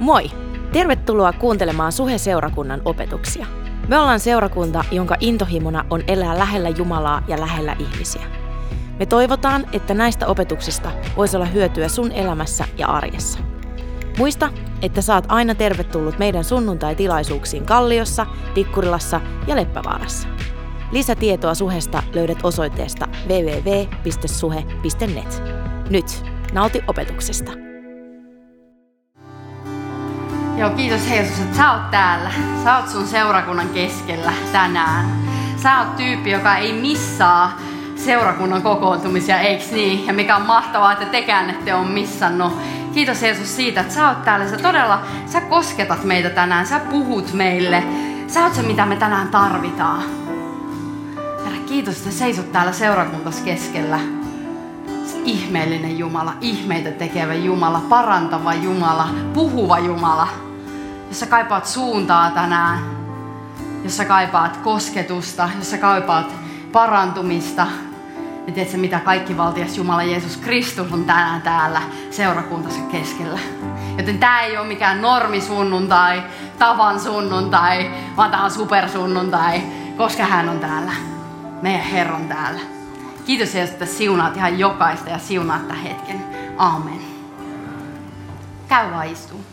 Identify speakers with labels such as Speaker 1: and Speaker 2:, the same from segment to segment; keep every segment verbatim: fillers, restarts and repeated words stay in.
Speaker 1: Moi! Tervetuloa kuuntelemaan Suhe-seurakunnan opetuksia. Me ollaan seurakunta, jonka intohimona on elää lähellä Jumalaa ja lähellä ihmisiä. Me toivotaan, että näistä opetuksista voisi olla hyötyä sun elämässä ja arjessa. Muista, että saat aina tervetullut meidän sunnuntai-tilaisuuksiin Kalliossa, Tikkurilassa ja Leppävaarassa. Lisätietoa Suhesta löydät osoitteesta double-u double-u double-u piste suhe piste net. Nyt, nauti opetuksesta.
Speaker 2: Joo, kiitos Jeesus, että sä oot täällä. Sä oot sun seurakunnan keskellä tänään. Sä oot tyyppi, joka ei missaa seurakunnan kokoontumisia, eiks niin? Ja mikä on mahtavaa, että tekään ette ole missannut. Kiitos Jeesus siitä, että sä oot täällä. Sä todella, sä kosketat meitä tänään. Sä puhut meille. Sä oot se, mitä me tänään tarvitaan. Herra, kiitos, että seisot täällä seurakuntas keskellä. Se ihmeellinen Jumala, ihmeitä tekevä Jumala, parantava Jumala, puhuva Jumala. Jos sä kaipaat suuntaa tänään, jos sä kaipaat kosketusta, jos sä kaipaat parantumista, niin tiedätkö mitä kaikkivaltias Jumala Jeesus Kristus on tänään täällä seurakuntansa keskellä. Joten tää ei ole mikään normisunnuntai, tavan sunnuntai, vaan tää on supersunnuntai, koska hän on täällä. Meidän Herra on täällä. Kiitos Jeesus, että siunaat ihan jokaista ja siunaat tämän hetken. Aamen. Käy vaan istuu.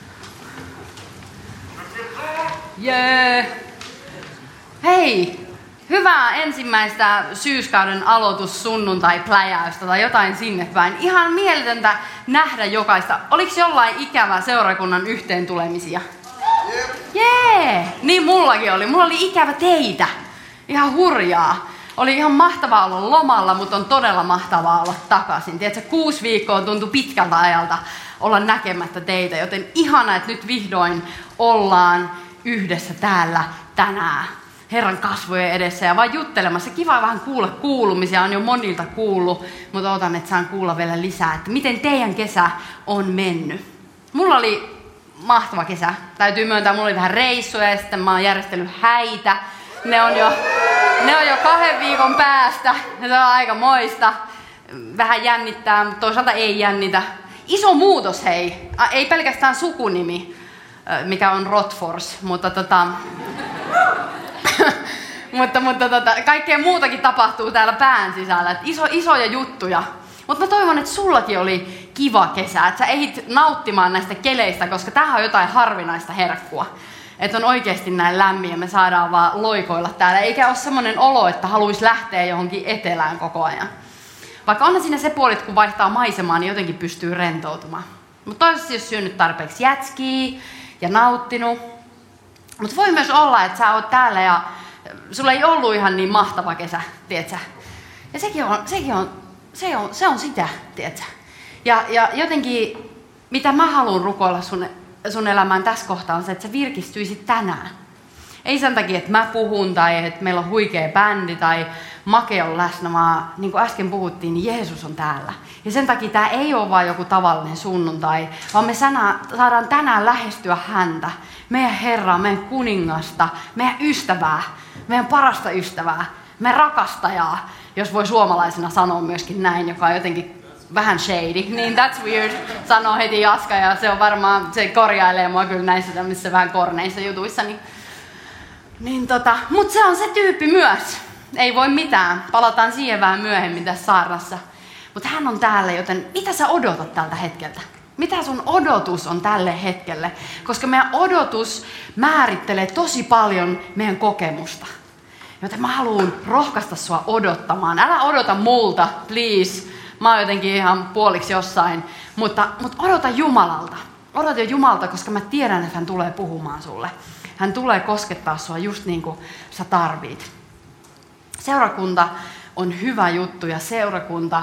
Speaker 2: Jee! Yeah. Hei! Hyvää ensimmäistä syyskauden aloitussunnuntai-pläjäystä tai jotain sinne päin. Ihan mieletöntä nähdä jokaista. Oliko jollain ikävä seurakunnan yhteen tulemisia? Jee! Yeah. Niin mullakin oli. Mulla oli ikävä teitä. Ihan hurjaa. Oli ihan mahtavaa olla lomalla, mutta on todella mahtavaa olla takaisin. Tiedätkö, kuusi viikkoa tuntui pitkältä ajalta olla näkemättä teitä, joten ihana, että nyt vihdoin ollaan yhdessä täällä tänään Herran kasvojen edessä ja vaan juttelemassa. Kiva vähän kuulla kuulumisia, on jo monilta kuullut, mutta odotan, että saan kuulla vielä lisää, että miten teidän kesä on mennyt. Mulla oli mahtava kesä. Täytyy myöntää, mulla oli vähän reissuja ja sitten mä oon järjestellyt häitä. Ne on jo, ne on jo kahden viikon päästä. Se on aika moista. Vähän jännittää, mutta toisaalta ei jännitä. Iso muutos hei. Ei pelkästään sukunimi, mikä on Rotfors, mutta tota... mutta, mutta tota, kaikkea muutakin tapahtuu täällä pään sisällä. Et iso, isoja juttuja. Mutta mä toivon, että sullakin oli kiva kesä. Että sä ehdit nauttimaan näistä keleistä, koska tämähän on jotain harvinaista herkkua. Että on oikeasti näin lämmin ja me saadaan vaan loikoilla täällä. Eikä ole semmoinen olo, että haluaisi lähteä johonkin etelään koko ajan. Vaikka on siinä se puoli, että kun vaihtaa maisemaa, niin jotenkin pystyy rentoutumaan. Mutta toivottavasti jos syönyt tarpeeksi jätskiä ja nauttinut. Mutta voi myös olla, että sä oot täällä ja sulla ei ollut ihan niin mahtava kesä, tiedätkö? Ja sekin on, sekin on, se on, se on sitä, tiedätkö? Ja, ja jotenkin, mitä mä haluan rukoilla sun, sun elämään tässä kohtaa on se, että sä virkistyisit tänään. Ei sen takia, että mä puhun tai että meillä on huikea bändi tai Make on läsnä, vaan niin kuin äsken puhuttiin, niin Jeesus on täällä. Ja sen takia tämä ei ole vain joku tavallinen sunnuntai, vaan me saadaan tänään lähestyä häntä, meidän Herraa, meidän kuningasta, meidän ystävää, meidän parasta ystävää, meidän rakastajaa, jos voi suomalaisena sanoa myöskin näin, joka on jotenkin vähän shady, niin that's weird, sanoo heti Jaska ja se on varmaan, se korjailee mua kyllä näissä tämmöisissä vähän korneissa jutuissa, niin, niin tota, mutta se on se tyyppi myös. Ei voi mitään. Palataan siihen vähän myöhemmin tässä saarnassa. Mutta hän on täällä, joten mitä sä odotat tältä hetkeltä? Mitä sun odotus on tälle hetkelle? Koska meidän odotus määrittelee tosi paljon meidän kokemusta. Joten mä haluan rohkaista sua odottamaan. Älä odota multa, please. Mä oon jotenkin ihan puoliksi jossain. Mutta, mutta odota Jumalalta. Odota Jumalalta, koska mä tiedän, että hän tulee puhumaan sulle. Hän tulee koskettaa sua just niin kuin sä tarvit. Seurakunta on hyvä juttu ja seurakunta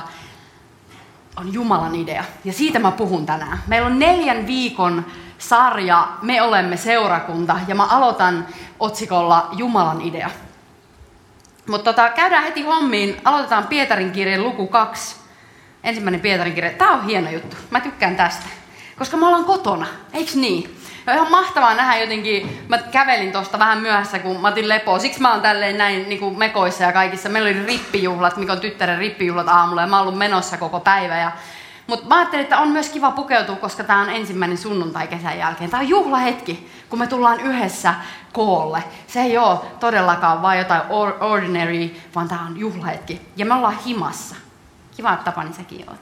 Speaker 2: on Jumalan idea. Ja siitä mä puhun tänään. Meillä on neljän viikon sarja Me olemme seurakunta ja mä aloitan otsikolla Jumalan idea. Mutta tota, käydään heti hommiin. Aloitetaan Pietarin kirjeen luku kaksi. Ensimmäinen Pietarin kirje. Tää on hieno juttu. Mä tykkään tästä. Koska me ollaan kotona. Eiks niin? Ja on ihan mahtavaa nähdä jotenkin, mä kävelin tosta vähän myöhässä, kun mä otin lepoa. Siksi mä oon tälleen näin niin kuin mekoissa ja kaikissa. Meillä oli rippijuhlat, mikä on tyttären rippijuhlat aamulla ja mä oon ollut menossa koko päivä. Ja Mutta mä ajattelin, että on myös kiva pukeutua, koska tämä on ensimmäinen sunnuntai kesän jälkeen. Tämä on juhlahetki, kun me tullaan yhdessä koolle. Se ei ole todellakaan vain jotain ordinary, vaan tämä on juhlahetki. Ja me ollaan himassa. Kiva, että Tapani säkin oot.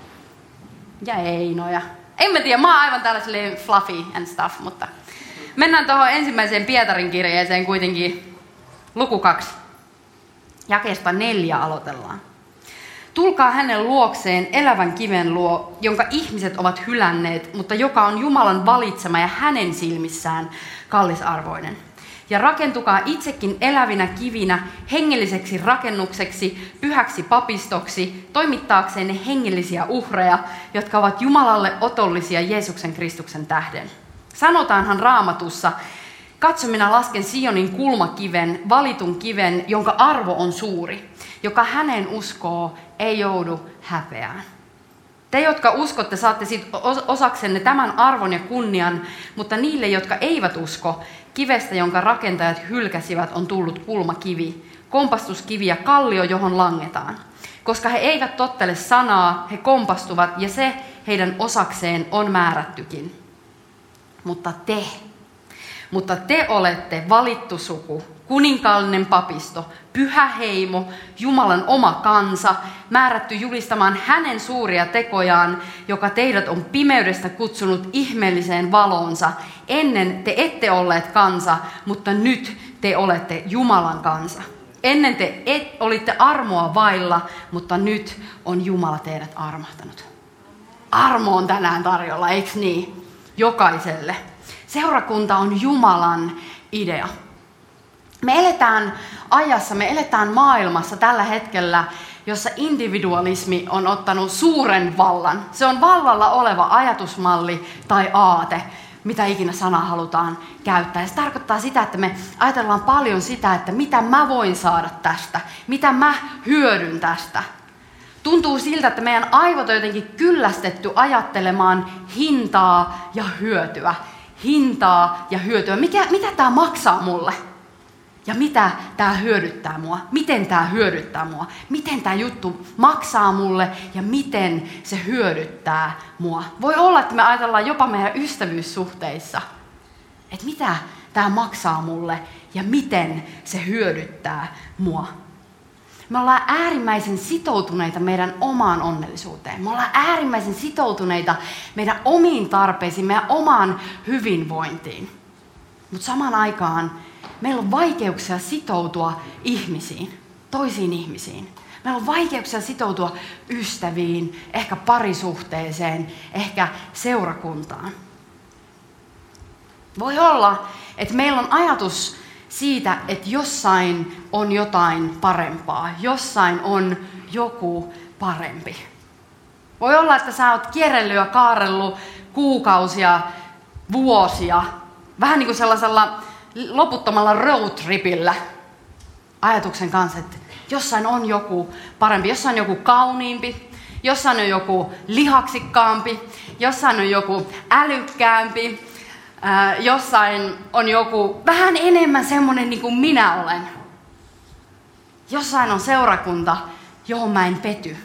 Speaker 2: Ja Einoja. En mä tiedä, mä oon aivan tällaiselle fluffy and stuff, mutta mennään tuohon ensimmäiseen Pietarin kirjeeseen kuitenkin. Luku kaksi. Jakeesta neljä aloitellaan. Tulkaa hänen luokseen elävän kiven luo, jonka ihmiset ovat hylänneet, mutta joka on Jumalan valitsema ja hänen silmissään kallisarvoinen. Ja rakentukaa itsekin elävinä kivinä hengelliseksi rakennukseksi, pyhäksi papistoksi, toimittaakseen hengellisiä uhreja, jotka ovat Jumalalle otollisia Jeesuksen Kristuksen tähden. Sanotaanhan Raamatussa, katso minä lasken Sionin kulmakiven, valitun kiven, jonka arvo on suuri, joka hänen uskoo ei joudu häpeään. Te, jotka uskotte, saatte siitä osaksenne tämän arvon ja kunnian, mutta niille, jotka eivät usko, kivestä, jonka rakentajat hylkäsivät, on tullut kulmakivi, kompastuskivi ja kallio, johon langetaan. Koska he eivät tottele sanaa, he kompastuvat ja se heidän osakseen on määrättykin. Mutta te, mutta te olette valittu suku, kuninkaallinen papisto, pyhä heimo, Jumalan oma kansa, määrätty julistamaan hänen suuria tekojaan, joka teidät on pimeydestä kutsunut ihmeelliseen valoonsa. Ennen te ette olleet kansa, mutta nyt te olette Jumalan kansa. Ennen te et, olitte armoa vailla, mutta nyt on Jumala teidät armahtanut. Armo on tänään tarjolla, eikö niin? Jokaiselle. Seurakunta on Jumalan idea. Me eletään ajassa, me eletään maailmassa tällä hetkellä, jossa individualismi on ottanut suuren vallan. Se on vallalla oleva ajatusmalli tai aate, mitä ikinä sanaa halutaan käyttää. Ja se tarkoittaa sitä, että me ajatellaan paljon sitä, että mitä mä voin saada tästä, mitä mä hyödyn tästä. Tuntuu siltä, että meidän aivot on jotenkin kyllästetty ajattelemaan hintaa ja hyötyä. Hintaa ja hyötyä. Mikä, mitä tämä maksaa mulle? Ja mitä tämä hyödyttää mua? Miten tämä hyödyttää mua? Miten tämä juttu maksaa mulle ja miten se hyödyttää mua? Voi olla, että me ajatellaan jopa meidän ystävyyssuhteissa, että mitä tämä maksaa mulle ja miten se hyödyttää mua. Me ollaan äärimmäisen sitoutuneita meidän omaan onnellisuuteen. Me ollaan äärimmäisen sitoutuneita meidän omiin tarpeisiin, meidän omaan hyvinvointiin. Mutta samaan aikaan meillä on vaikeuksia sitoutua ihmisiin, toisiin ihmisiin. Meillä on vaikeuksia sitoutua ystäviin, ehkä parisuhteeseen, ehkä seurakuntaan. Voi olla, että meillä on ajatus siitä, että jossain on jotain parempaa, jossain on joku parempi. Voi olla, että sä oot kierrellyt ja kaarellut kuukausia, vuosia, vähän niin kuin sellaisella loputtomalla roadtripillä ajatuksen kanssa, että jossain on joku parempi, jossain on joku kauniimpi, jossain on joku lihaksikkaampi, jossain on joku älykkäämpi, ää, jossain on joku vähän enemmän semmoinen niin kuin minä olen. Jossain on seurakunta, johon mä en pety.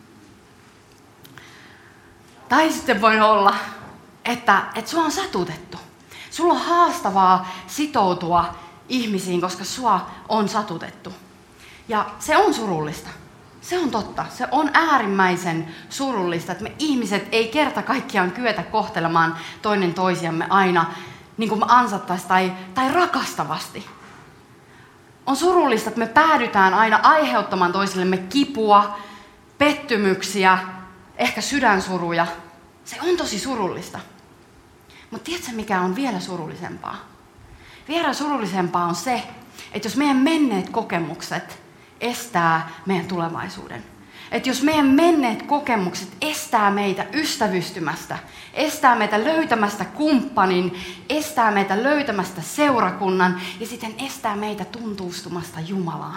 Speaker 2: Tai sitten voi olla, että, että sua on satutettu. Sulla on haastavaa sitoutua ihmisiin, koska sua on satutettu. Ja se on surullista. Se on totta. Se on äärimmäisen surullista, että me ihmiset ei kerta kaikkiaan kyetä kohtelemaan toinen toisiamme aina niin kuin me ansattaisiin tai, tai rakastavasti. On surullista, että me päädytään aina aiheuttamaan toisillemme kipua, pettymyksiä, ehkä sydänsuruja. Se on tosi surullista. Mutta tiedätkö, mikä on vielä surullisempaa? Vielä surullisempaa on se, että jos meidän menneet kokemukset estää meidän tulevaisuuden. Että jos meidän menneet kokemukset estää meitä ystävystymästä, estää meitä löytämästä kumppanin, estää meitä löytämästä seurakunnan ja sitten estää meitä tuntustumasta Jumalaan.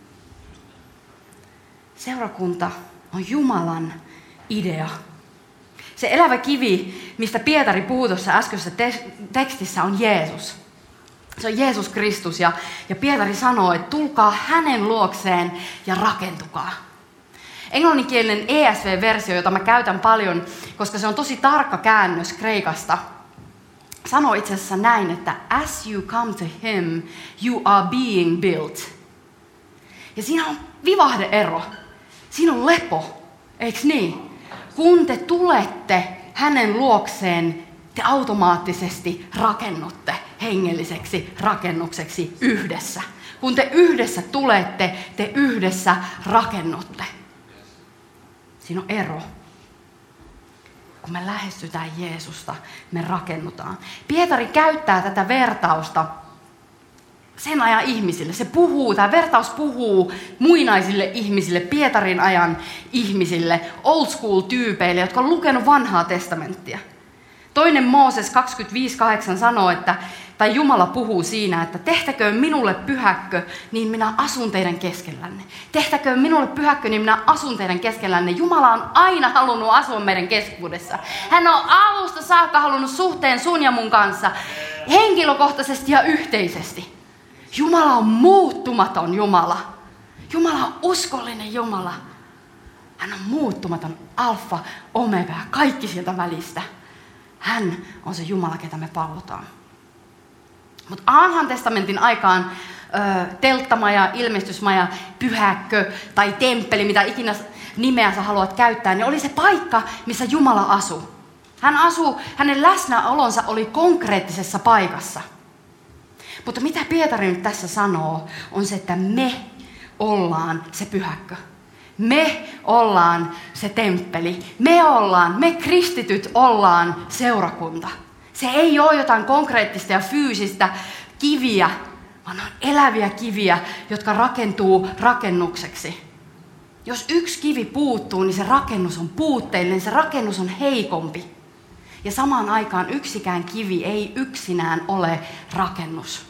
Speaker 2: Seurakunta on Jumalan idea. Se elävä kivi, mistä Pietari puhui tuossa äskeisessä te- tekstissä, on Jeesus. Se on Jeesus Kristus ja, ja Pietari sanoo, että tulkaa hänen luokseen ja rakentukaa. Englanninkielinen E S V-versio, jota mä käytän paljon, koska se on tosi tarkka käännös kreikasta, sanoo itse asiassa näin, että as you come to him, you are being built. Ja siinä on vivahde-ero. Siinä on lepo, eiks niin? Kun te tulette hänen luokseen, te automaattisesti rakennutte hengelliseksi rakennukseksi yhdessä. Kun te yhdessä tulette, te yhdessä rakennutte. Siinä on ero. Kun me lähestytään Jeesusta, me rakennutaan. Pietari käyttää tätä vertausta sen ajan ihmisille. Se puhuu, tämä vertaus puhuu muinaisille ihmisille, Pietarin ajan ihmisille, old school tyypeille, jotka on lukenut vanhaa testamenttia. Toinen Mooses kaksikymmentäviisi kahdeksan sanoo, että, tai Jumala puhuu siinä, että tehtäköön minulle pyhäkkö, niin minä asun teidän keskellänne. Tehtäköön minulle pyhäkkö, niin minä asun teidän keskellänne. Jumala on aina halunnut asua meidän keskuudessa. Hän on alusta saakka halunnut suhteen sun ja mun kanssa, henkilökohtaisesti ja yhteisesti. Jumala on muuttumaton Jumala. Jumala on uskollinen Jumala. Hän on muuttumaton alfa, omega, kaikki sieltä välistä. Hän on se Jumala, ketä me palvotaan. Mutta vanhan testamentin aikaan ö, telttamaja, ilmestysmaja, pyhäkkö tai temppeli, mitä ikinä nimeä sä haluat käyttää, niin oli se paikka, missä Jumala asui. Hän asui, hänen läsnäolonsa oli konkreettisessa paikassa. Mutta mitä Pietari nyt tässä sanoo, on se, että me ollaan se pyhäkkö. Me ollaan se temppeli. Me ollaan, me kristityt ollaan seurakunta. Se ei ole jotain konkreettista ja fyysistä kiviä, vaan on eläviä kiviä, jotka rakentuu rakennukseksi. Jos yksi kivi puuttuu, niin se rakennus on puutteellinen, se rakennus on heikompi. Ja samaan aikaan yksikään kivi ei yksinään ole rakennus.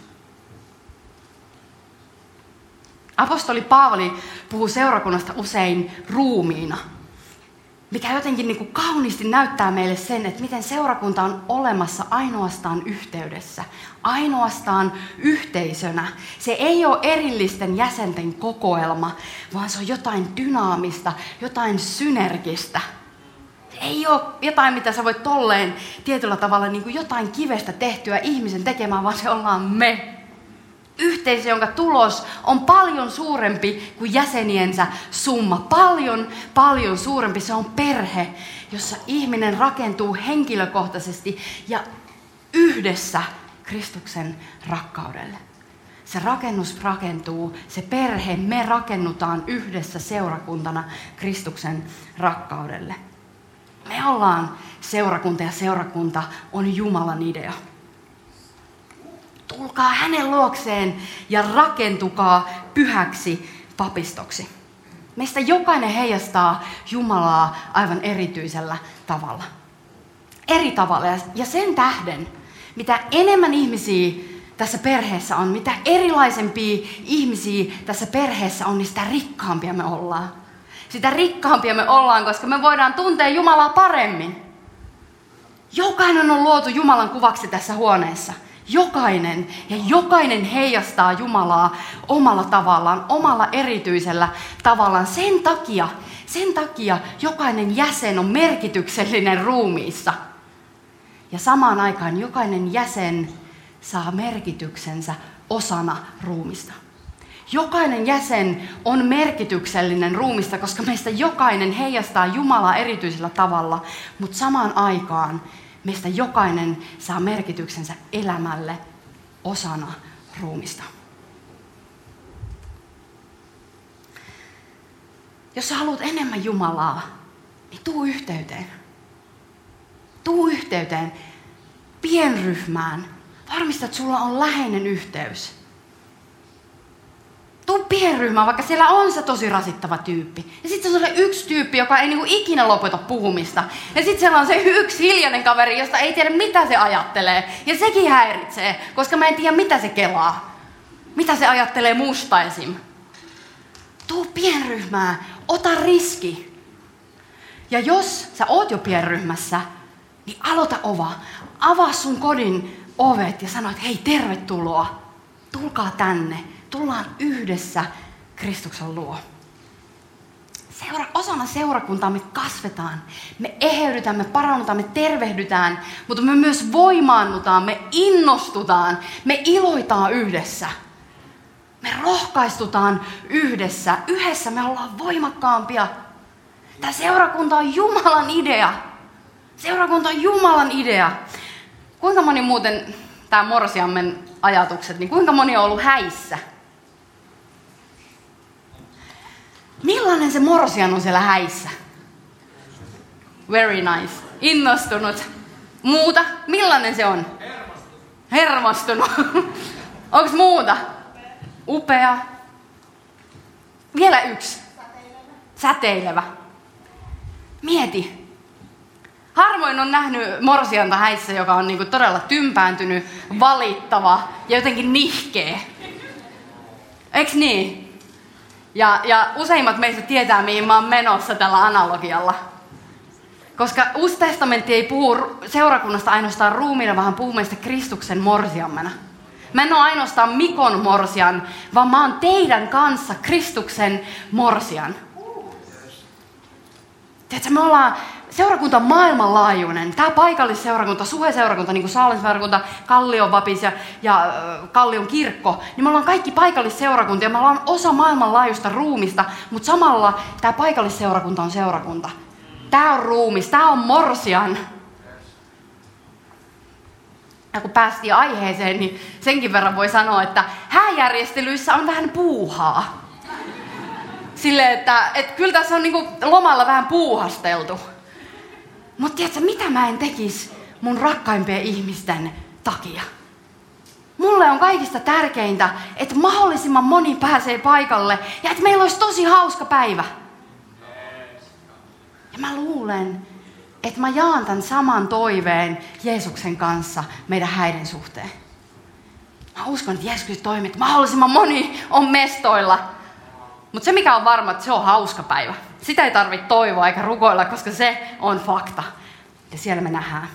Speaker 2: Apostoli Paavali puhuu seurakunnasta usein ruumiina, mikä jotenkin niin kuin kauniisti näyttää meille sen, että miten seurakunta on olemassa ainoastaan yhteydessä, ainoastaan yhteisönä. Se ei ole erillisten jäsenten kokoelma, vaan se on jotain dynaamista, jotain synergistä. Se ei ole jotain, mitä sä voit tolleen tietyllä tavalla niin kuin jotain kivestä tehtyä ihmisen tekemään, vaan se ollaan me. Yhteisö, jonka tulos on paljon suurempi kuin jäseniensä summa. Paljon, paljon suurempi. Se on perhe, jossa ihminen rakentuu henkilökohtaisesti ja yhdessä Kristuksen rakkaudelle. Se rakennus rakentuu, se perhe, me rakennutaan yhdessä seurakuntana Kristuksen rakkaudelle. Me ollaan seurakunta ja seurakunta on Jumalan idea. Tulkaa hänen luokseen ja rakentukaa pyhäksi papistoksi. Meistä jokainen heijastaa Jumalaa aivan erityisellä tavalla. Eri tavalla. Ja sen tähden, mitä enemmän ihmisiä tässä perheessä on, mitä erilaisempia ihmisiä tässä perheessä on, niin sitä rikkaampia me ollaan. Sitä rikkaampia me ollaan, koska me voidaan tuntea Jumalaa paremmin. Jokainen on luotu Jumalan kuvaksi tässä huoneessa. Jokainen ja jokainen heijastaa Jumalaa omalla tavallaan, omalla erityisellä tavallaan. Sen takia, sen takia jokainen jäsen on merkityksellinen ruumiissa. Ja samaan aikaan jokainen jäsen saa merkityksensä osana ruumista. Jokainen jäsen on merkityksellinen ruumista, koska meistä jokainen heijastaa Jumalaa erityisellä tavalla, mutta samaan aikaan meistä jokainen saa merkityksensä elämälle osana ruumista. Jos sä haluat enemmän Jumalaa, niin tuu yhteyteen. Tuu yhteyteen pienryhmään. Varmista, että sulla on läheinen yhteys. Tuu pienryhmään, vaikka siellä on se tosi rasittava tyyppi. Ja sitten se on se yksi tyyppi, joka ei niinku ikinä lopeta puhumista. Ja sitten siellä on se yksi hiljainen kaveri, josta ei tiedä mitä se ajattelee. Ja sekin häiritsee, koska mä en tiedä mitä se kelaa. Mitä se ajattelee musta esim. Tuu pienryhmään, ota riski. Ja jos sä oot jo pienryhmässä, niin aloita ova. Avaa sun kodin ovet ja sano, että hei, tervetuloa. Tulkaa tänne. Tullaan yhdessä Kristuksen luo. Seura, osana seurakuntaa me kasvetaan, me eheydytään, me parannutaan, me tervehdytään, mutta me myös voimaannutaan, me innostutaan, me iloitaan yhdessä. Me rohkaistutaan yhdessä. Yhdessä me ollaan voimakkaampia. Tämä seurakunta on Jumalan idea. Seurakunta on Jumalan idea. Kuinka moni muuten, tämä morsiammen ajatukset, niin kuinka moni on ollut häissä? Millainen se morsian on siellä häissä? Very nice. Innostunut. Muuta? Millainen se on? Hermostunut. Hermostunut. Onko muuta? Upea. Vielä yksi. Säteilevä. Säteilevä. Mieti. Harvoin on nähnyt morsianta häissä, joka on niinku todella tympääntynyt, valittava ja jotenkin nihkeä. Eiks niin? Ja, ja useimmat meistä tietää, mihin mä oon menossa tällä analogialla. Koska Uusi testamentti ei puhu seurakunnasta ainoastaan ruumiina, vaan puhuu meistä Kristuksen morsiammena. Mä en ole ainoastaan Mikon morsian, vaan mä oon teidän kanssa Kristuksen morsian. Tiedätkö, me ollaan seurakunta maailmanlaajuinen. Tämä paikallisseurakunta, Suhe-seurakunta, niin kuin Saalen seurakunta, Kallion vapis ja, ja äh, Kallion kirkko, niin me ollaan kaikki paikallisseurakuntia. Me ollaan osa maailmanlaajuista ruumista, mutta samalla tämä paikallisseurakunta on seurakunta. Tämä on ruumis, tämä on morsian. Ja kun päästiin aiheeseen, niin senkin verran voi sanoa, että hääjärjestelyissä on vähän puuhaa. Silleen, että, että kyllä tässä on niinku lomalla vähän puuhasteltu. Mutta tiedätkö, mitä mä en tekisi mun rakkaimpien ihmisten takia? Mulle on kaikista tärkeintä, että mahdollisimman moni pääsee paikalle ja että meillä olisi tosi hauska päivä. Ja mä luulen, että mä jaan tämän saman toiveen Jeesuksen kanssa meidän häiden suhteen. Mä uskon, että Jeesus toimii, että mahdollisimman moni on mestoilla. Mutta se mikä on varma, että se on hauska päivä. Sitä ei tarvitse toivoa eikä rukoilla, koska se on fakta. Ja siellä me nähdään.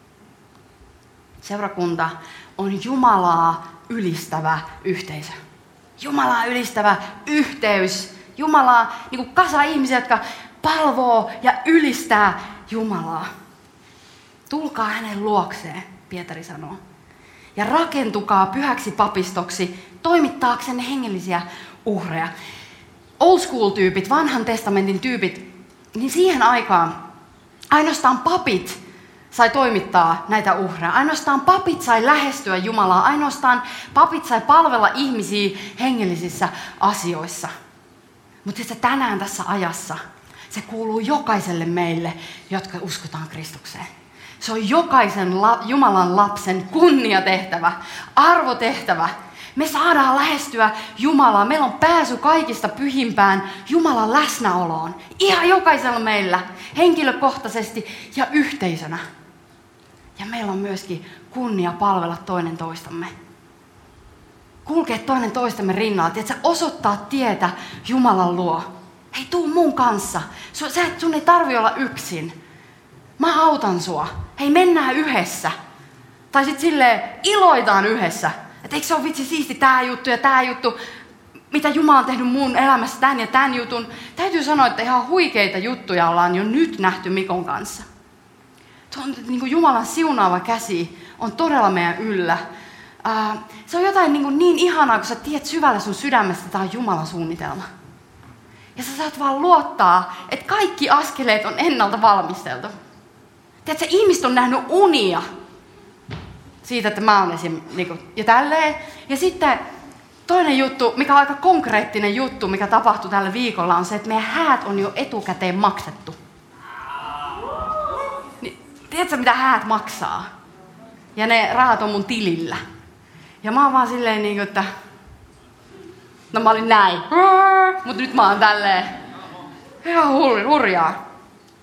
Speaker 2: Seurakunta on Jumalaa ylistävä yhteisö. Jumalaa ylistävä yhteys. Jumalaa, niin kuin kasa ihmisiä, jotka palvoo ja ylistää Jumalaa. Tulkaa hänen luokseen, Pietari sanoo. Ja rakentukaa pyhäksi papistoksi, toimittaaksenne hengellisiä uhreja. Old school-tyypit, vanhan testamentin tyypit, niin siihen aikaan ainoastaan papit sai toimittaa näitä uhreja. Ainoastaan papit sai lähestyä Jumalaa. Ainoastaan papit sai palvella ihmisiä hengellisissä asioissa. Mutta se tänään tässä ajassa, se kuuluu jokaiselle meille, jotka uskotaan Kristukseen. Se on jokaisen la- Jumalan lapsen kunniatehtävä, arvotehtävä. Me saadaan lähestyä Jumalaa. Meillä on pääsy kaikista pyhimpään Jumalan läsnäoloon. Ihan jokaisella meillä, henkilökohtaisesti ja yhteisönä. Ja meillä on myöskin kunnia palvella toinen toistamme. Kulkea toinen toistemme rinnalla. Tiedätkö, osoittaa tietä Jumalan luo. Hei, tuu mun kanssa. Sun, sä, sun ei tarvi olla yksin. Mä autan sua. Hei, mennään yhdessä. Tai sit silleen, iloitaan yhdessä. Että eikö se ole vitsi siisti tää juttu ja tää juttu, mitä Jumala on tehnyt mun elämässä tän ja tän jutun. Täytyy sanoa, että ihan huikeita juttuja ollaan jo nyt nähty Mikon kanssa. Tuo on, niin kuin Jumalan siunaava käsi on todella meidän yllä. Ää, se on jotain niin, kuin niin ihanaa, kun sä tiedät syvällä sun sydämestä, että tää on Jumalan suunnitelma. Ja sä saat vaan luottaa, että kaikki askeleet on ennalta valmisteltu. Tiedätkö, ihmiset on nähnyt unia siitä, että mä oon esim. Niin ja tälleen. Ja sitten toinen juttu, mikä on aika konkreettinen juttu, mikä tapahtui tällä viikolla, on se, että meidän häät on jo etukäteen maksettu. Niin, tiedätkö, mitä häät maksaa? Ja ne rahat on mun tilillä. Ja mä oon vaan silleen, niin kuin, että no mä olin näin. Mutta nyt mä oon tälleen. Ihan hurjaa.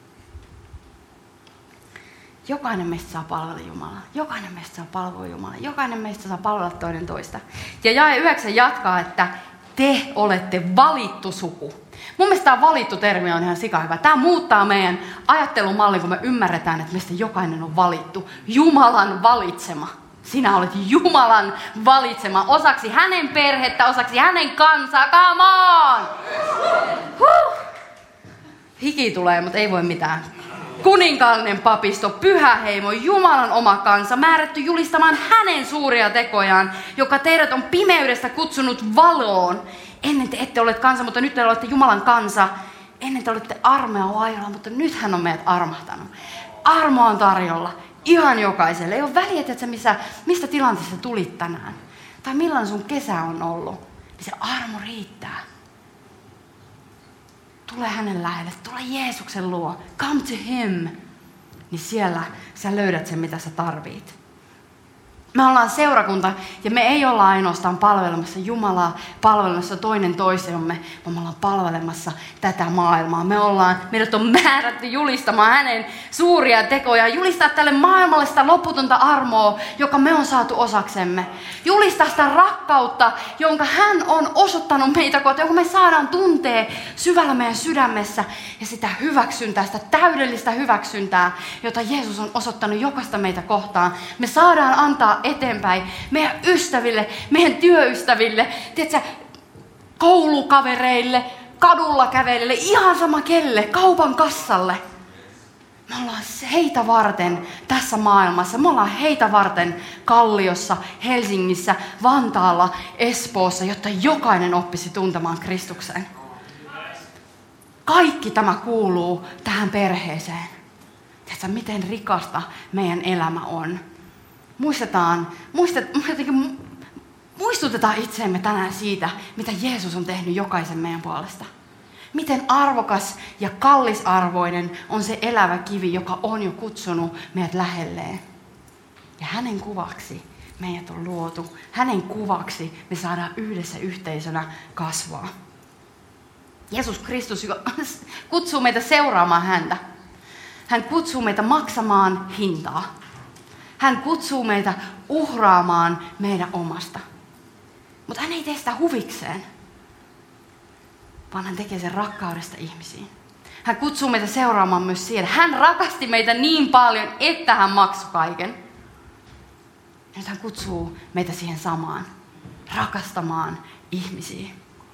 Speaker 2: Jokainen meistä saa palvella Jumalaa. Jokainen meistä saa palvella Jumalaa. Jokainen meistä saa palvella toinen toista. Ja jae yhdeksän jatkaa, että te olette valittu suku. Mun mielestä tämä valittu termi on ihan sikahyvä. Tämä muuttaa meidän ajattelumallin, kun me ymmärretään, että meistä jokainen on valittu. Jumalan valitsema. Sinä olet Jumalan valitsema. Osaksi hänen perhettä, osaksi hänen kansaa. Come on! Huh. Hiki tulee, mutta ei voi mitään. Kuninkaallinen papisto, pyhä heimo, Jumalan oma kansa, määrätty julistamaan hänen suuria tekojaan, joka teidät on pimeydestä kutsunut valoon. Ennen te ette olleet kansa, mutta nyt te olette Jumalan kansa. Ennen te olette armea vaihdolla, mutta nyt hän on meidät armahtanut. Armo on tarjolla ihan jokaiselle. Ei ole väliä, että missä, mistä tilanteesta tulit tänään. Tai millainen sun kesä on ollut. Niin se armo riittää. Tule hänen lähelle, tule Jeesuksen luo. Come to him. Niin siellä sä löydät sen, mitä sä tarvit. Me ollaan seurakunta ja me ei olla ainoastaan palvelemassa Jumalaa, palvelemassa toinen toisemme, vaan me ollaan palvelemassa tätä maailmaa. Me ollaan, meidät on määrätty julistamaan hänen suuria tekoja, julistaa tälle maailmalle sitä loputonta armoa, joka me on saatu osaksemme. Julistaa sitä rakkautta, jonka hän on osoittanut meitä kohtaan, jonka me saadaan tuntea syvällä meidän sydämessä ja sitä hyväksyntää, sitä täydellistä hyväksyntää, jota Jeesus on osoittanut jokaista meitä kohtaan. Me saadaan antaa eteenpäin meidän ystäville, meidän työystäville, tiedätkö, koulukavereille, kadulla kävelijöille, ihan sama kelle, kaupan kassalle. Me ollaan heitä varten tässä maailmassa. Me ollaan heitä varten Kalliossa, Helsingissä, Vantaalla, Espoossa, jotta jokainen oppisi tuntemaan Kristuksen. Kaikki tämä kuuluu tähän perheeseen. Tiedätkö, miten rikasta meidän elämä on. Muistetaan, muistet, muistutetaan itseemme tänään siitä, mitä Jeesus on tehnyt jokaisen meidän puolesta. Miten arvokas ja kallisarvoinen on se elävä kivi, joka on jo kutsunut meidät lähelleen. Ja hänen kuvaksi meidät on luotu. Hänen kuvaksi me saadaan yhdessä yhteisönä kasvaa. Jeesus Kristus kutsuu meitä seuraamaan häntä. Hän kutsuu meitä maksamaan hintaa. Hän kutsuu meitä uhraamaan meidän omasta. Mutta hän ei tee sitä huvikseen, vaan hän tekee sen rakkaudesta ihmisiin. Hän kutsuu meitä seuraamaan myös siihen. Hän rakasti meitä niin paljon, että hän maksoi kaiken. Ja nyt hän kutsuu meitä siihen samaan, rakastamaan ihmisiä.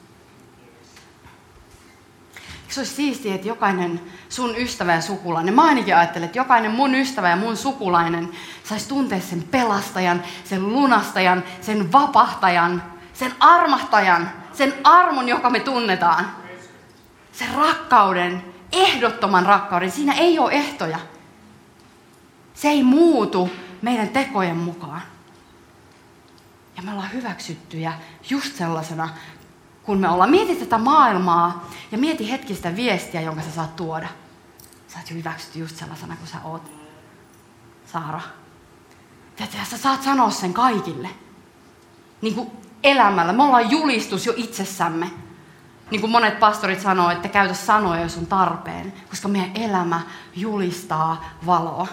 Speaker 2: Se olisi siistiä, että jokainen sun ystävä ja sukulainen, mä ainakin ajattelen, että jokainen mun ystävä ja mun sukulainen saisi tuntea sen pelastajan, sen lunastajan, sen vapahtajan, sen armahtajan, sen armon, joka me tunnetaan. Sen rakkauden, ehdottoman rakkauden. Siinä ei ole ehtoja. Se ei muutu meidän tekojen mukaan. Ja me ollaan hyväksyttyjä just sellaisena, kun me ollaan. Mieti tätä maailmaa ja mieti hetki sitä viestiä, jonka sä saat tuoda. Sä oot jo hyväksytty just sellaisena kuin sä oot. Saara. Tiedätkö, sä saat sanoa sen kaikille. Niin kuin elämällä. Me ollaan julistus jo itsessämme. Niin kuin monet pastorit sanoo, että käytä sanoja, jos on tarpeen. Koska meidän elämä julistaa valoa.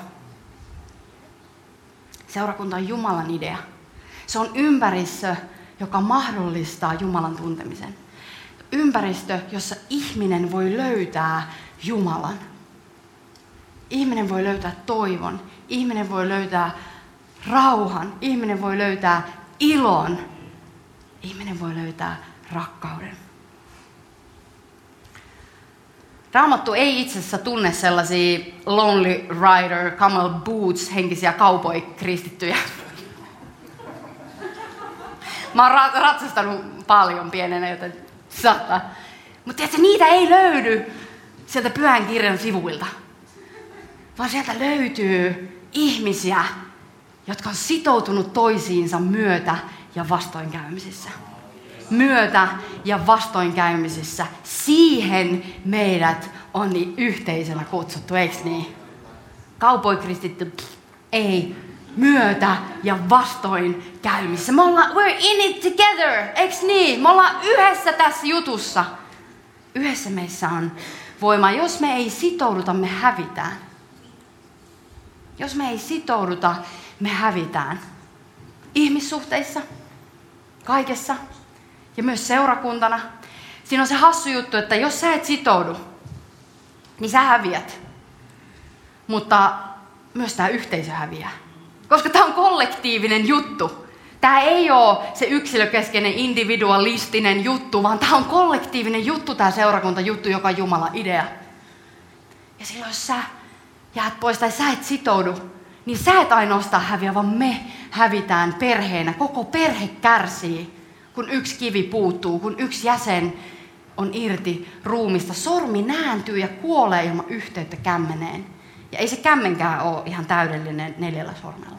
Speaker 2: Seurakunta on Jumalan idea. Se on ympäristö, joka mahdollistaa Jumalan tuntemisen. Ympäristö, jossa ihminen voi löytää Jumalan. Ihminen voi löytää toivon. Ihminen voi löytää rauhan. Ihminen voi löytää ilon. Ihminen voi löytää rakkauden. Raamattu ei itse asiassa tunne sellaisia Lonely Rider, Camel Boots henkisiä cowboy-kristittyjä. Mä oon ra- ratsastanut paljon pienenä, joten saattaa. Mutta tiedätkö, niitä ei löydy sieltä Pyhän kirjan sivuilta. Vaan sieltä löytyy ihmisiä, jotka on sitoutunut toisiinsa myötä ja vastoinkäymisissä. Myötä ja vastoinkäymisissä. Siihen meidät on niin yhteisönä kutsuttu, eikö niin? Cowboy-kristitty, ei. Myötä ja vastoin käymissä. Me ollaan, we're in it together, eiks niin? Me ollaan yhdessä tässä jutussa. Yhdessä meissä on voima. Jos me ei sitouduta, me hävitään. Jos me ei sitouduta, me hävitään. Ihmissuhteissa, kaikessa ja myös seurakuntana. Siinä on se hassu juttu, että jos sä et sitoudu, niin sä häviät. Mutta myös tää yhteisö häviää. Koska tämä on kollektiivinen juttu. Tämä ei ole se yksilökeskeinen individualistinen juttu, vaan tämä on kollektiivinen juttu, tämä seurakuntajuttu, joka on Jumalan idea. Ja silloin jos sä jäät pois tai sä et sitoudu, niin sä et ainoastaan häviä, vaan me hävitään perheenä. Koko perhe kärsii, kun yksi kivi puuttuu, kun yksi jäsen on irti ruumista. Sormi nääntyy ja kuolee ilman yhteyttä kämmeneen. Ja ei se kämmenkään ole ihan täydellinen neljällä sormella.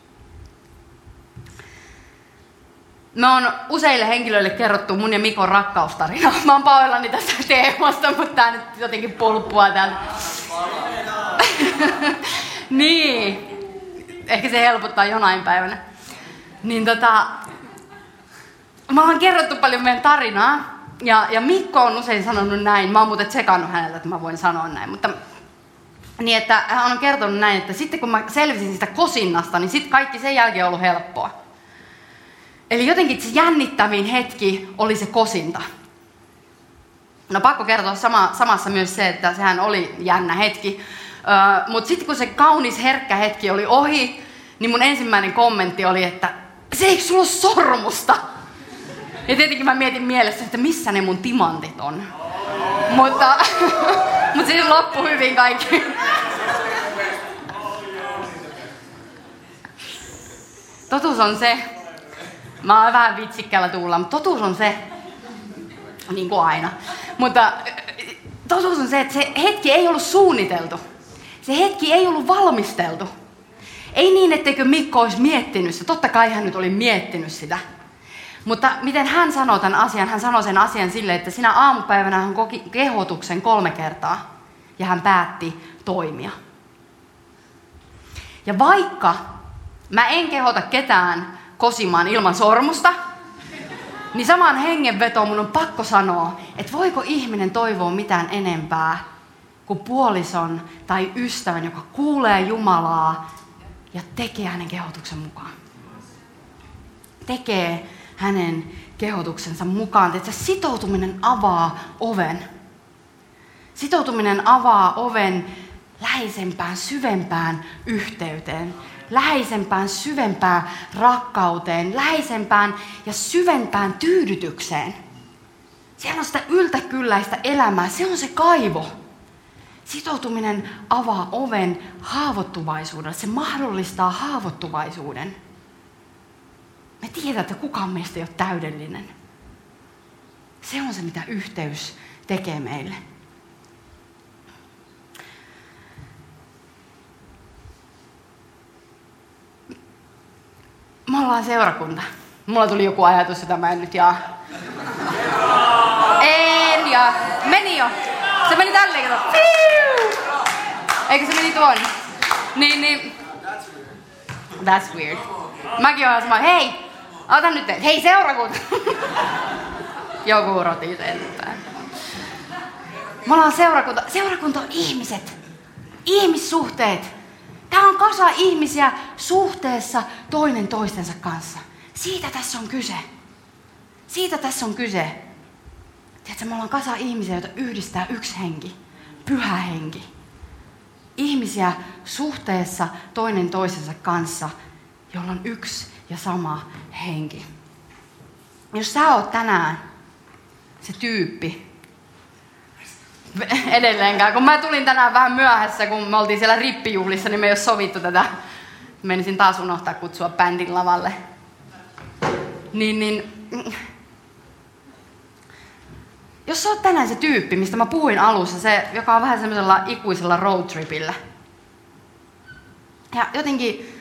Speaker 2: Me on useille henkilöille kerrottu mun ja Mikon rakkaustarina. Mä oon pahoillani tästä teemasta, mutta tää nyt jotenkin pulppua täältä. Niin. Ehkä se helpottaa jonain päivänä. Niin tota... Me ollaan kerrottu paljon meidän tarinaa. Ja, ja Mikko on usein sanonut näin. Mä oon muuten tsekannut häneltä, että mä voin sanoa näin. Mutta niin, että hän on kertonut näin, että sitten kun mä selvisin sitä kosinnasta, niin sitten kaikki sen jälkeen on ollut helppoa. Eli jotenkin se jännittävin hetki oli se kosinta. No pakko kertoa sama, samassa myös se, että sehän oli jännä hetki. Öö, Mutta sitten kun se kaunis herkkä hetki oli ohi, niin mun ensimmäinen kommentti oli, että se eikö sulla ole sormusta? Ja tietenkin mä mietin mielessä, että missä ne mun timantit on. Mutta, mutta se loppui hyvin kaikki. Totuus on se, mä oon vähän vitsikkäällä tuulla, mutta totuus on se, niin kuin aina, mutta totuus on se, että se hetki ei ollut suunniteltu. Se hetki ei ollut valmisteltu. Ei niin, etteikö Mikko olisi miettinyt sitä. Totta kai hän nyt oli miettinyt sitä. Mutta miten hän sanoi tämän asian? Hän sanoi sen asian silleen, että sinä aamupäivänä hän koki kehotuksen kolme kertaa. Ja hän päätti toimia. Ja vaikka mä en kehota ketään kosimaan ilman sormusta, niin samaan hengenvetoon mun on pakko sanoa, että voiko ihminen toivoa mitään enempää kuin puolison tai ystävän, joka kuulee Jumalaa ja tekee hänen kehotuksen mukaan. Tekee hänen kehotuksensa mukaan. Että sitoutuminen avaa oven. Sitoutuminen avaa oven läheisempään, syvempään yhteyteen. Läheisempään, syvempään rakkauteen. Läheisempään ja syvempään tyydytykseen. Siellä on sitä yltäkylläistä elämää. Se on se kaivo. Sitoutuminen avaa oven haavoittuvaisuudelle. Se mahdollistaa haavoittuvaisuuden. Me tiedetään, että kukaan meistä ei ole täydellinen. Se on se, mitä yhteys tekee meille. Me ollaan seurakunta. Mulla tuli joku ajatus, jota mä en nyt jaa. En jaa. Meni jo. Se meni tälleen, kato. Eikö se meni tuon? Niin, niin. That's weird. Mäkin olen sama, hei, ota nyt, hei seurakunta. Joku roti sen. Me ollaan seurakunta. Seurakunta on ihmiset. Ihmissuhteet. Tää on kasa ihmisiä suhteessa toinen toistensa kanssa. Siitä tässä on kyse. Siitä tässä on kyse. Tiedätkö, me ollaan kasa ihmisiä, joita yhdistää yksi henki. Pyhä henki. Ihmisiä suhteessa toinen toisensa kanssa, jolla on yksi ja sama henki. Jos sä oot tänään se tyyppi, edelleenkään, kun mä tulin tänään vähän myöhässä, kun me oltiin siellä rippijuhlissa, niin me ei ole sovittu tätä. Menisin taas unohtaa kutsua bändin lavalle. Niin, niin, jos sä oot tänään se tyyppi, mistä mä puhuin alussa, se, joka on vähän semmoisella ikuisella roadtripillä. Ja jotenkin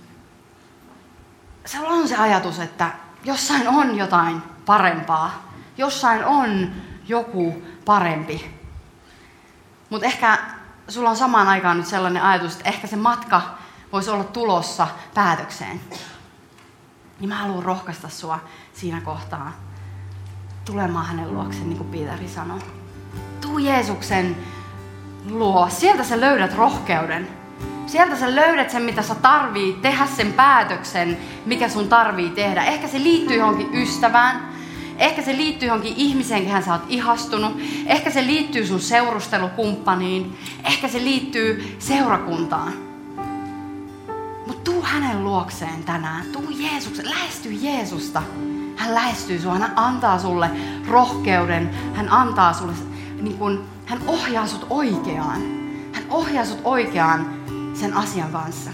Speaker 2: se on se ajatus, että jossain on jotain parempaa. Jossain on joku parempi. Mutta ehkä sulla on samaan aikaan nyt sellainen ajatus, että ehkä se matka voisi olla tulossa päätökseen. Niin mä haluan rohkaista sua siinä kohtaa tulemaan hänen luokseen, niin kuin Pietari sanoi. Tuu Jeesuksen luo. Sieltä sä löydät rohkeuden. Sieltä sä löydät sen, mitä sä tarvii, tehdä sen päätöksen, mikä sun tarvii tehdä. Ehkä se liittyy johonkin ystävään. Ehkä se liittyy johonkin ihmiseen, kehen sä oot ihastunut. Ehkä se liittyy sun seurustelukumppaniin. Ehkä se liittyy seurakuntaan. Mutta tuu hänen luokseen tänään. Tuu Jeesuksen. Lähesty Jeesusta. Hän lähestyy sua. Hän antaa sulle rohkeuden. Hän antaa sulle, niin kun, hän ohjaa sut oikeaan. ohjaa sut oikeaan sen asian kanssa.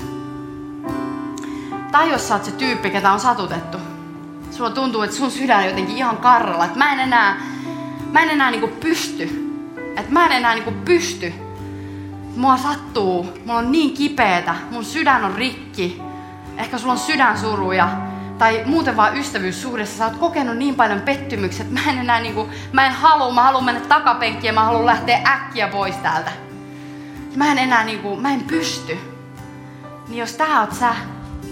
Speaker 2: Tai jos sä oot se tyyppi, ketä on satutettu. Sulla tuntuu, että sun sydän on jotenkin ihan karralla. Että mä en enää, mä en enää niinku pysty. Että mä en enää niinku pysty. Mua sattuu, mulla on niin kipeetä, mun sydän on rikki. Ehkä sulla on sydänsuruja. Tai muuten vaan ystävyyssuhdessa sä oot kokenut niin paljon pettymyksiä, että mä en enää niinku, mä en halua, mä haluan mennä takapenkkiin ja mä haluan lähteä äkkiä pois täältä. Mä en enää niinku, mä en pysty. Niin jos tää oot sä,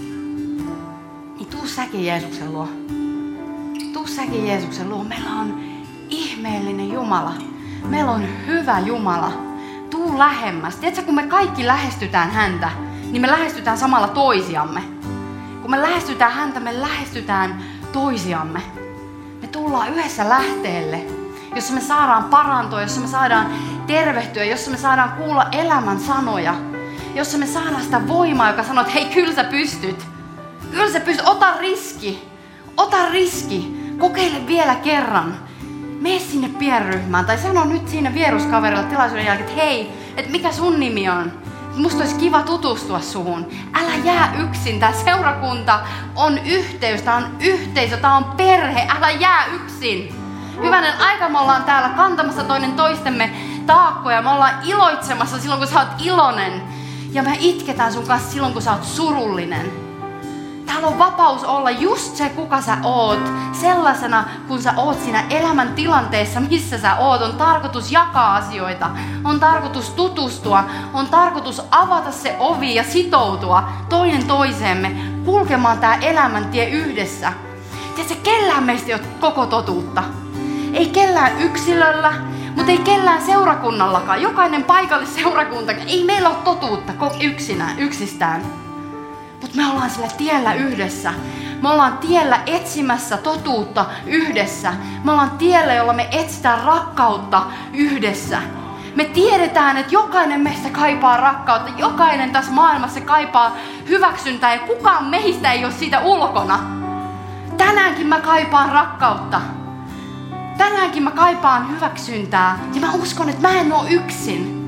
Speaker 2: niin tuu säkin Jeesuksen luo. Tuu säkin Jeesuksen luo. Meillä on ihmeellinen Jumala. Meillä on hyvä Jumala. Tuu lähemmäs. Tiedätkö, kun me kaikki lähestytään häntä, niin me lähestytään samalla toisiamme. Kun me lähestytään häntä, me lähestytään toisiamme. Me tullaan yhdessä lähteelle, jossa me saadaan parantua, jossa me saadaan tervehtyä, jossa me saadaan kuulla elämän sanoja, jossa me saadaan sitä voimaa, joka sanoo, että hei, kyllä sä pystyt. Kyllä sä pystyt, ota riski. Ota riski. Kokeile vielä kerran. Mene sinne pienryhmään tai sano nyt siinä vieruskaverilla tilaisuuden jälkeen, että hei, että mikä sun nimi on? Musta olisi kiva tutustua suhun. Älä jää yksin. Tää seurakunta on yhteys, tää on yhteisö, tää on perhe. Älä jää yksin. Hyvänen aika, me ollaan täällä kantamassa toinen toistemme taakkoja. Me ollaan iloitsemassa silloin, kun sä oot iloinen. Ja me itketään sun kanssa silloin, kun sä oot surullinen. Täällä on vapaus olla just se, kuka sä oot. Sellaisena, kun sä oot siinä elämän tilanteessa, missä sä oot. On tarkoitus jakaa asioita. On tarkoitus tutustua. On tarkoitus avata se ovi ja sitoutua toinen toiseemme. Kulkemaan tää elämäntie yhdessä. Tiedätkö, kellään meistä ei ole koko totuutta. Ei kellään yksilöllä, mutta ei kellään seurakunnallakaan. Jokainen paikallisseurakunta. Ei meillä ole totuutta yksinään, yksistään. Mutta me ollaan sillä tiellä yhdessä. Me ollaan tiellä etsimässä totuutta yhdessä. Me ollaan tiellä, jolla me etsitään rakkautta yhdessä. Me tiedetään, että jokainen meistä kaipaa rakkautta. Jokainen tässä maailmassa kaipaa hyväksyntää ja kukaan meistä ei ole siitä ulkona. Tänäänkin mä kaipaan rakkautta. Tänäänkin mä kaipaan hyväksyntää. Ja mä uskon, että mä en oo yksin.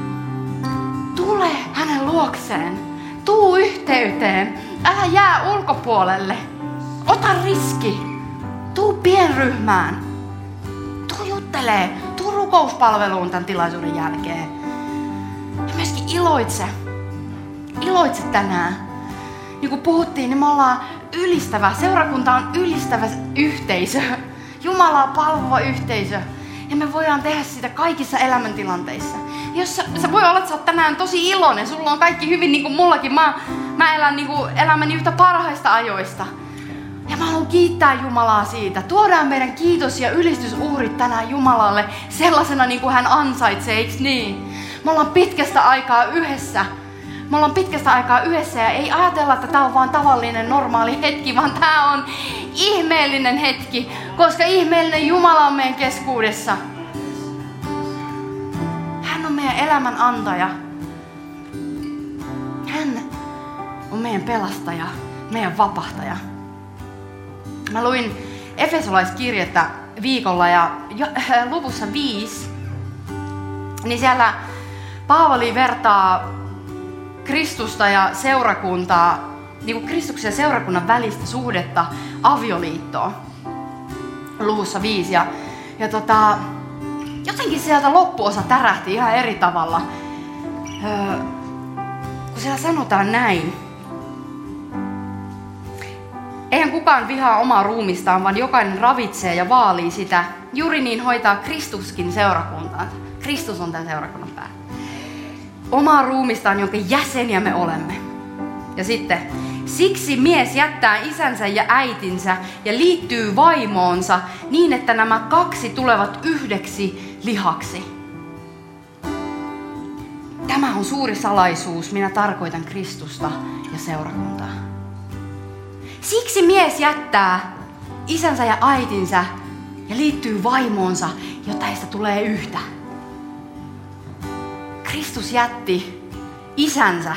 Speaker 2: Tule hänen luokseen. Tuu yhteyteen. Älä jää ulkopuolelle. Ota riski. Tuu pienryhmään. Tuu juttelee. Tuu rukouspalveluun tämän tilaisuuden jälkeen. Ja myöskin iloitse. Iloitse tänään. Niin kuin puhuttiin, niin me ollaan ylistävä. Seurakunta on ylistävä yhteisö. Jumalaa palvova yhteisö. Ja me voidaan tehdä sitä kaikissa elämäntilanteissa. Jos sä, sä voi olla, että sä oot tänään tosi iloinen, sulla on kaikki hyvin niin kuin mullakin. Mä, mä elän niin kuin elämäni yhtä parhaista ajoista. Ja mä haluan kiittää Jumalaa siitä. Tuodaan meidän kiitos- ja ylistysuhrit tänään Jumalalle sellaisena niin kuin hän ansaitsee, eiks niin? Me ollaan pitkästä aikaa yhdessä. Me ollaan pitkästä aikaa yhdessä ja ei ajatella, että tää on vaan tavallinen normaali hetki, vaan tää on ihmeellinen hetki, koska ihmeellinen Jumala on meidän keskuudessa. Hän on meidän elämän antaja. Hän on meidän pelastaja, meidän vapahtaja. Mä luin Efesolaiskirjettä viikolla ja jo, äh, luvussa viisi, niin siellä Paavali vertaa Kristusta ja seurakuntaa, niin kuin Kristuksen ja seurakunnan välistä suhdetta avioliittoon. Luvussa viisi. Ja, ja tota, jotenkin sieltä loppuosa tärähti ihan eri tavalla. Öö, kun siellä sanotaan näin. Eihän kukaan vihaa omaa ruumistaan, vaan jokainen ravitsee ja vaalii sitä. Juuri niin hoitaa Kristuskin seurakuntaan. Kristus on tämän seurakunnan pää. Omaa ruumistaan, jonka jäseniä me olemme. Ja sitten, siksi mies jättää isänsä ja äitinsä ja liittyy vaimoonsa niin, että nämä kaksi tulevat yhdeksi lihaksi. Tämä on suuri salaisuus, minä tarkoitan Kristusta ja seurakuntaa. Siksi mies jättää isänsä ja äitinsä ja liittyy vaimoonsa, jotta heistä tulee yhtä. Kristus jätti isänsä,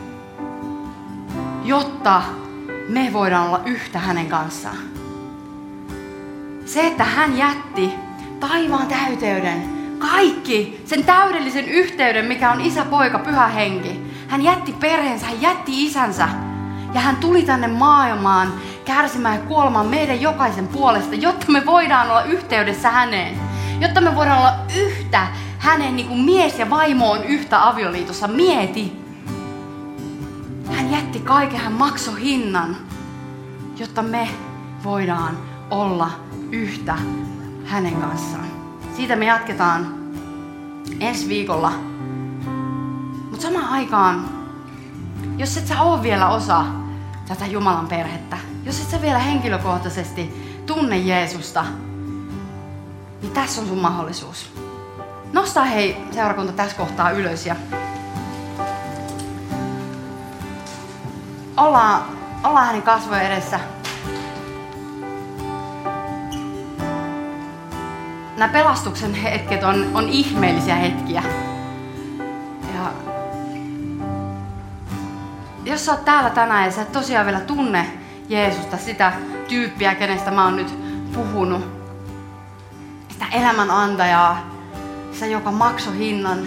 Speaker 2: jotta me voidaan olla yhtä hänen kanssaan. Se, että hän jätti taivaan täyteyden kaikki, sen täydellisen yhteyden, mikä on isä, poika, pyhä henki. Hän jätti perheensä, hän jätti isänsä. Ja hän tuli tänne maailmaan kärsimään ja kuolemaan meidän jokaisen puolesta, jotta me voidaan olla yhteydessä häneen. Jotta me voidaan olla yhtä hänen, niin kuin mies ja vaimo on yhtä avioliitossa. Mieti. Hän jätti kaiken, hän maksoi hinnan, jotta me voidaan olla yhtä hänen kanssaan. Siitä me jatketaan ensi viikolla. Mutta samaan aikaan, jos et sä ole vielä osa tätä Jumalan perhettä, jos et sä vielä henkilökohtaisesti tunne Jeesusta, niin tässä on sun mahdollisuus. Nostaa hei seurakunta tässä kohtaa ylös ja ollaan, ollaan hänen kasvojen edessä. Nämä pelastuksen hetket on, on ihmeellisiä hetkiä. Ja jos sä oot täällä tänään ja sä et tosiaan vielä tunne Jeesusta, sitä tyyppiä, kenestä mä oon nyt puhunut, sitä elämän antajaa, sitä joka maksoi hinnan,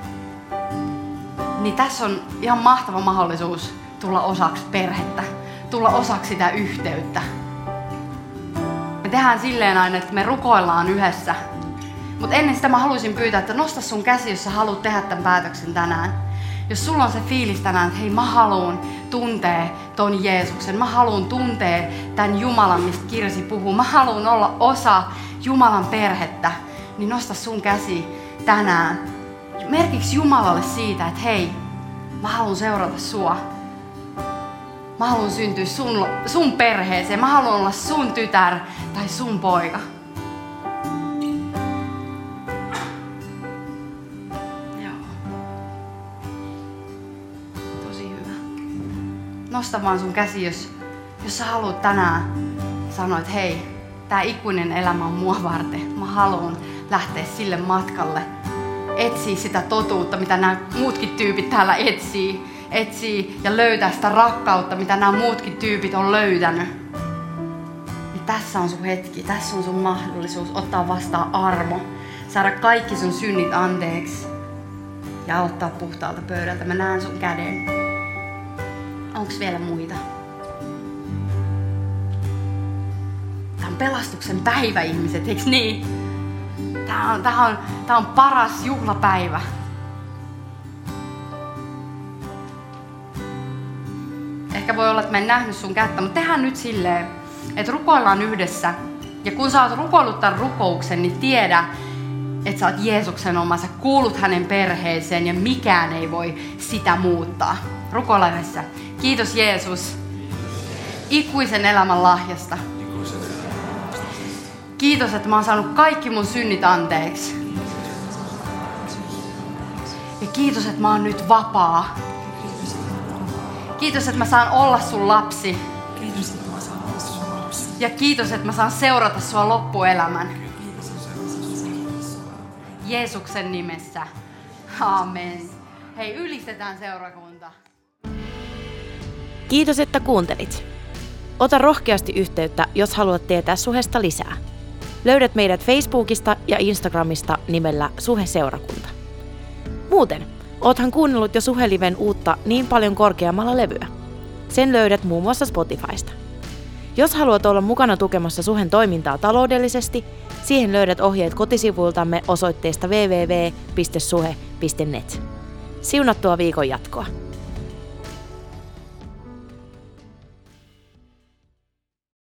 Speaker 2: niin tässä on ihan mahtava mahdollisuus tulla osaksi perhettä, tulla osaksi sitä yhteyttä. Me tehdään silleen aina, että me rukoillaan yhdessä. Mutta ennen sitä mä haluaisin pyytää, että nosta sun käsi, jos sä haluat tehdä tämän päätöksen tänään. Jos sulla on se fiilis tänään, että hei, mä haluun tuntea ton Jeesuksen. Mä haluun tuntea tämän Jumalan, mistä Kirsi puhuu. Mä haluun olla osa Jumalan perhettä. Niin nosta sun käsi tänään. Merkiksi Jumalalle siitä, että hei, mä haluun seurata sua. Mä haluan syntyä sun, sun perheeseen. Mä haluan olla sun tytär tai sun poika. Joo. Tosi hyvä. Nosta vaan sun käsi, jos, jos sä haluat tänään sanoa, että hei, tää ikuinen elämä on mua varten. Mä haluan lähteä sille matkalle. Etsii sitä totuutta, mitä nämä muutkin tyypit täällä etsii. Etsii ja löytää sitä rakkautta, mitä nämä muutkin tyypit on löytänyt. Niin tässä on sun hetki, tässä on sun mahdollisuus ottaa vastaan armo. Saada kaikki sun synnit anteeksi. Ja ottaa puhtaalta pöydältä. Mä näen sun käden. Onks vielä muita? Tää on pelastuksen päivä, ihmiset, eiks niin? Tää on, tää on, tää on paras juhlapäivä. Ehkä voi olla, että mä en nähnyt sun kättä, mutta tehdään nyt silleen, että rukoillaan yhdessä. Ja kun sä oot rukoillut tämän rukouksen, niin tiedä, että sä oot Jeesuksen oma, sä kuulut hänen perheeseen ja mikään ei voi sitä muuttaa. Rukoilla yhdessä. Kiitos Jeesus ikuisen elämän lahjasta. Kiitos, että mä oon saanut kaikki mun synnit anteeksi. Ja kiitos, että mä oon nyt vapaa. Kiitos, että mä saan olla sun lapsi.
Speaker 3: Kiitos, että mä saan olla sun lapsi.
Speaker 2: Ja kiitos, että mä saan seurata sua loppuelämän. Jeesuksen nimessä. Amen. Hei, ylistetään seurakunta.
Speaker 1: Kiitos, että kuuntelit. Ota rohkeasti yhteyttä, jos haluat tietää Suhesta lisää. Löydät meidät Facebookista ja Instagramista nimellä Suhe-seurakunta. Muuten, oothan kuunnellut jo Suhe-liven uutta Niin paljon korkeammalla levyä. Sen löydät muun muassa Spotifysta. Jos haluat olla mukana tukemassa Suhen toimintaa taloudellisesti, siihen löydät ohjeet kotisivuiltamme osoitteesta double-u double-u double-u piste suhe piste net. Siunattua viikon jatkoa!